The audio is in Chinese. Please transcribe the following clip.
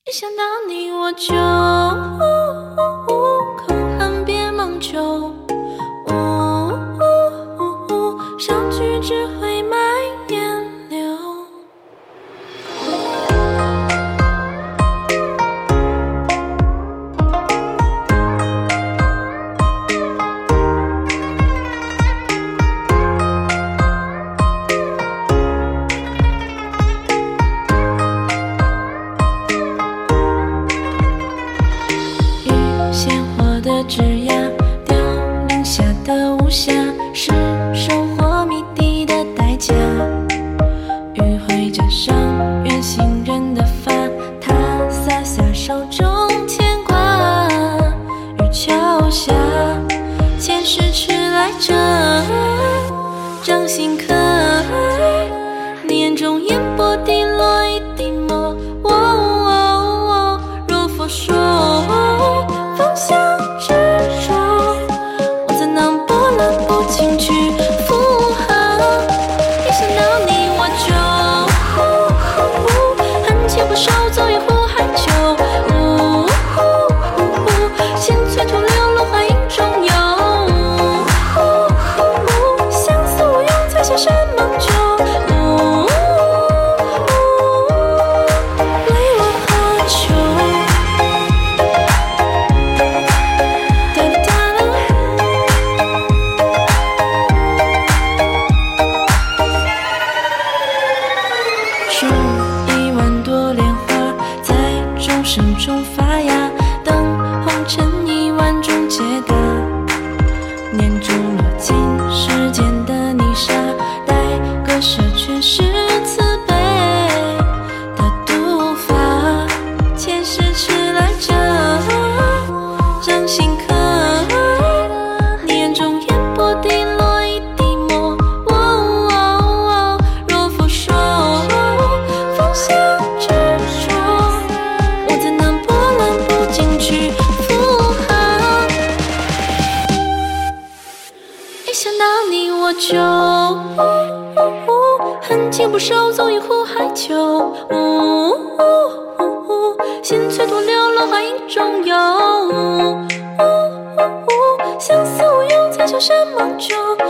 一想到你我就口恨别忙求，相聚只会埋眼流。鲜活的枝桠，凋零下的无暇，是收获谜底的代价。余晖沾上远行人的发，他洒下手中牵挂。玉桥下，前世迟来者，掌心刻，你眼中烟波滴落一滴墨。若佛说方向执着，我怎能波澜不惊去附和？一想到你我就恨情不寿，走一壶海酒。闲翠徒留落花影中游。相思无用，才下山梦酒。数10000朵莲花在钟声中发芽，等红尘1万种解答。念珠落进世间的泥沙，待割舍却是慈悲的毒发。前世迟来者，掌心刻，你眼中烟波滴落一滴墨。若佛说方向执着，我怎能波澜不惊去附和？一想到你我就恨情不寿，走一壶海酒。闲翠徒留落花影中游。相思无用，才下山梦酒。